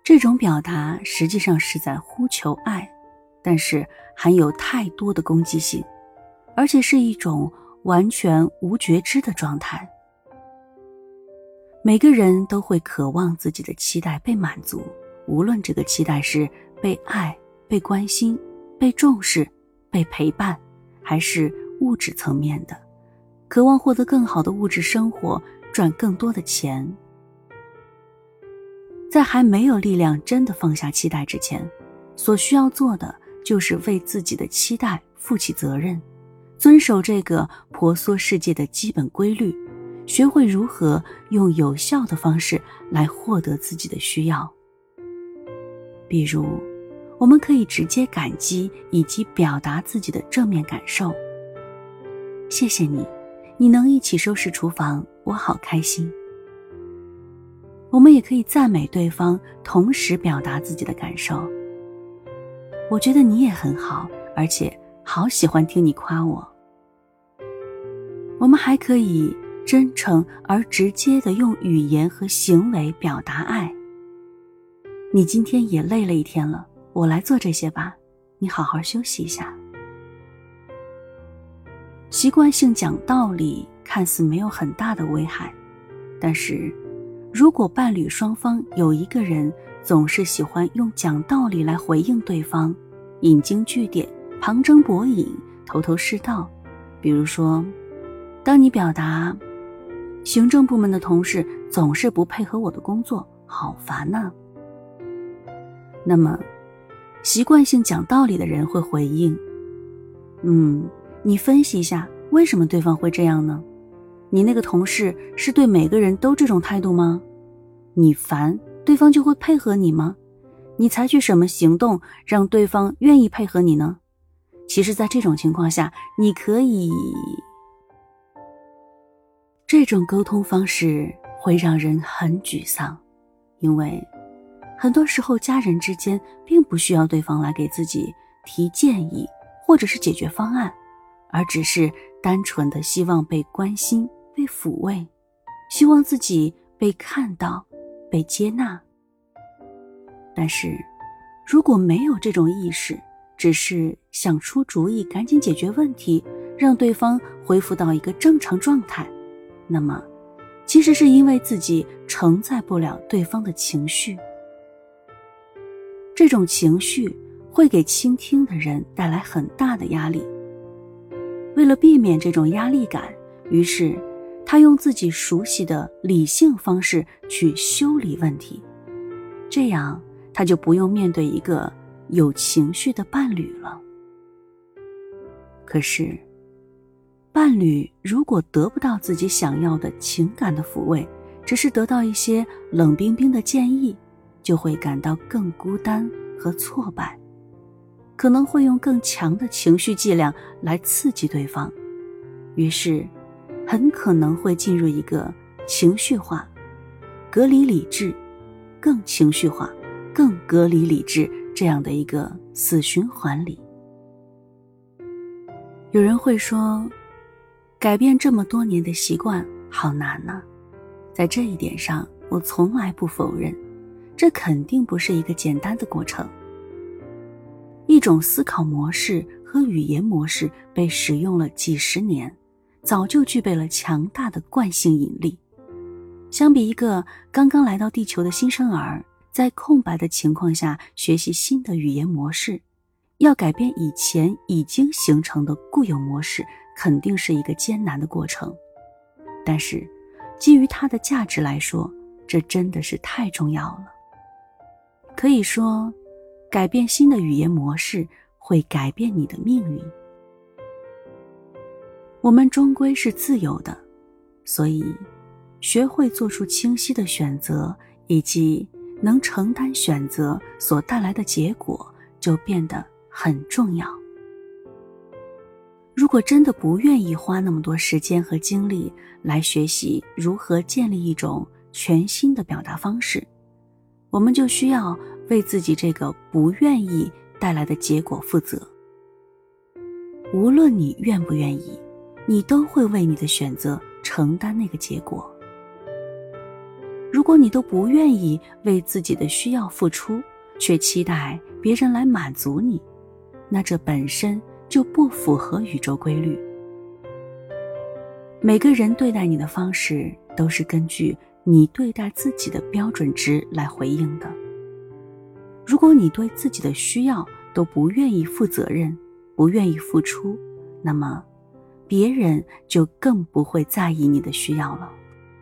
这种表达实际上是在呼求爱，但是含有太多的攻击性，而且是一种完全无觉知的状态。每个人都会渴望自己的期待被满足，无论这个期待是被爱、被关心、被重视、被陪伴，还是物质层面的，渴望获得更好的物质生活，赚更多的钱。在还没有力量真的放下期待之前，所需要做的就是为自己的期待负起责任，遵守这个婆娑世界的基本规律，学会如何用有效的方式来获得自己的需要。比如，我们可以直接感激以及表达自己的正面感受。谢谢你，你能一起收拾厨房，我好开心。我们也可以赞美对方，同时表达自己的感受。我觉得你也很好，而且好喜欢听你夸我。我们还可以真诚而直接地用语言和行为表达爱。你今天也累了一天了，我来做这些吧，你好好休息一下。习惯性讲道理看似没有很大的危害，但是如果伴侣双方有一个人总是喜欢用讲道理来回应对方，引经据典，旁征博引，头头是道，比如说，当你表达行政部门的同事总是不配合我的工作，好烦啊，那么习惯性讲道理的人会回应，你分析一下为什么对方会这样呢？你那个同事是对每个人都这种态度吗？你烦，对方就会配合你吗？你采取什么行动让对方愿意配合你呢？其实在这种情况下，你可以……这种沟通方式会让人很沮丧，因为很多时候家人之间并不需要对方来给自己提建议或者是解决方案，而只是单纯的希望被关心、被抚慰，希望自己被看到、被接纳。但是如果没有这种意识，只是想出主意赶紧解决问题，让对方恢复到一个正常状态，那么其实是因为自己承载不了对方的情绪。这种情绪会给倾听的人带来很大的压力。为了避免这种压力感，于是他用自己熟悉的理性方式去修理问题，这样他就不用面对一个有情绪的伴侣了。可是伴侣如果得不到自己想要的情感的抚慰，只是得到一些冷冰冰的建议，就会感到更孤单和挫败，可能会用更强的情绪剂量来刺激对方，于是很可能会进入一个情绪化、隔离理智、更情绪化、更隔离理智这样的一个死循环里。有人会说，改变这么多年的习惯好难啊。在这一点上，我从来不否认，这肯定不是一个简单的过程。一种思考模式和语言模式被使用了几十年，早就具备了强大的惯性引力。相比一个刚刚来到地球的新生儿，在空白的情况下学习新的语言模式，要改变以前已经形成的固有模式，肯定是一个艰难的过程。但是基于它的价值来说，这真的是太重要了。可以说，改变新的语言模式会改变你的命运。我们终归是自由的，所以学会做出清晰的选择，以及能承担选择所带来的结果，就变得很重要。如果真的不愿意花那么多时间和精力来学习如何建立一种全新的表达方式，我们就需要为自己这个不愿意带来的结果负责。无论你愿不愿意，你都会为你的选择承担那个结果。 如果你都不愿意为自己的需要付出，却期待别人来满足你，那这本身就不符合宇宙规律。每个人对待你的方式都是根据你对待自己的标准值来回应的。如果你对自己的需要都不愿意负责任，不愿意付出，那么别人就更不会在意你的需要了。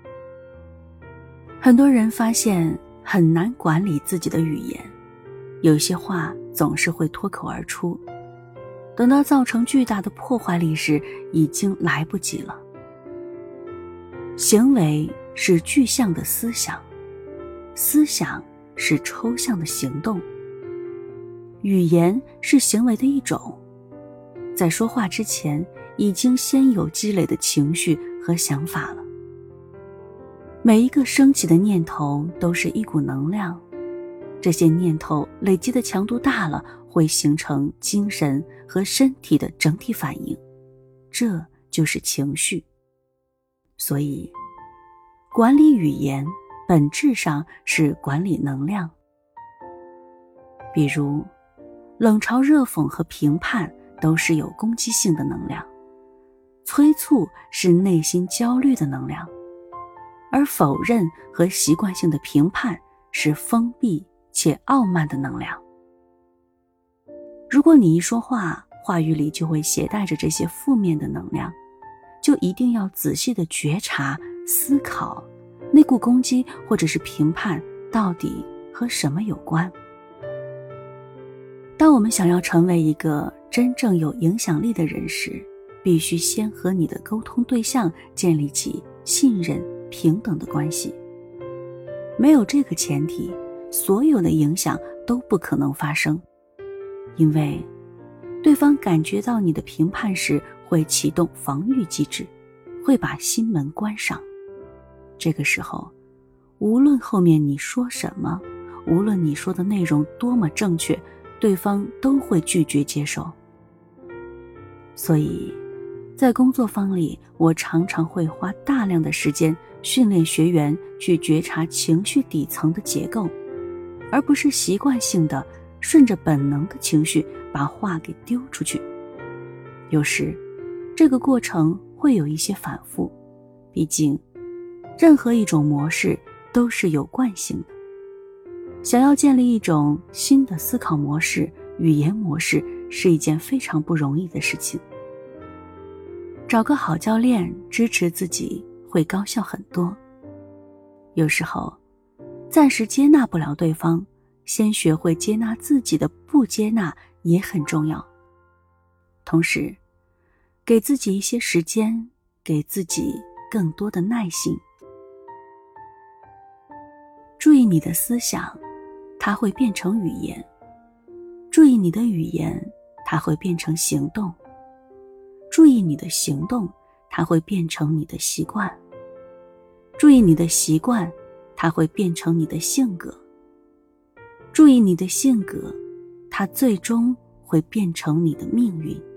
很多人发现很难管理自己的语言，有些话总是会脱口而出，等到造成巨大的破坏力时，已经来不及了。行为是具象的思想，思想是抽象的行动，语言是行为的一种。在说话之前，已经先有积累的情绪和想法了。每一个升起的念头都是一股能量，这些念头累积的强度大了，会形成精神和身体的整体反应，这就是情绪。所以，管理语言本质上是管理能量。比如，冷嘲热讽和评判都是有攻击性的能量，催促是内心焦虑的能量，而否认和习惯性的评判是封闭且傲慢的能量。如果你一说话，话语里就会携带着这些负面的能量，就一定要仔细的觉察、思考，那股攻击或者是评判到底和什么有关。当我们想要成为一个真正有影响力的人时，必须先和你的沟通对象建立起信任、平等的关系。没有这个前提，所有的影响都不可能发生，因为对方感觉到你的评判时，会启动防御机制，会把心门关上。这个时候，无论后面你说什么，无论你说的内容多么正确，对方都会拒绝接受。所以，在工作坊里，我常常会花大量的时间训练学员去觉察情绪底层的结构，而不是习惯性的顺着本能的情绪把话给丢出去。有时，这个过程会有一些反复，毕竟，任何一种模式都是有惯性的。想要建立一种新的思考模式、语言模式，是一件非常不容易的事情。找个好教练支持自己会高效很多。有时候，暂时接纳不了对方，先学会接纳自己的不接纳也很重要。同时，给自己一些时间，给自己更多的耐心。注意你的思想，它会变成语言；注意你的语言，它会变成行动；注意你的行动，它会变成你的习惯；注意你的习惯，它会变成你的性格；注意你的性格，它最终会变成你的命运。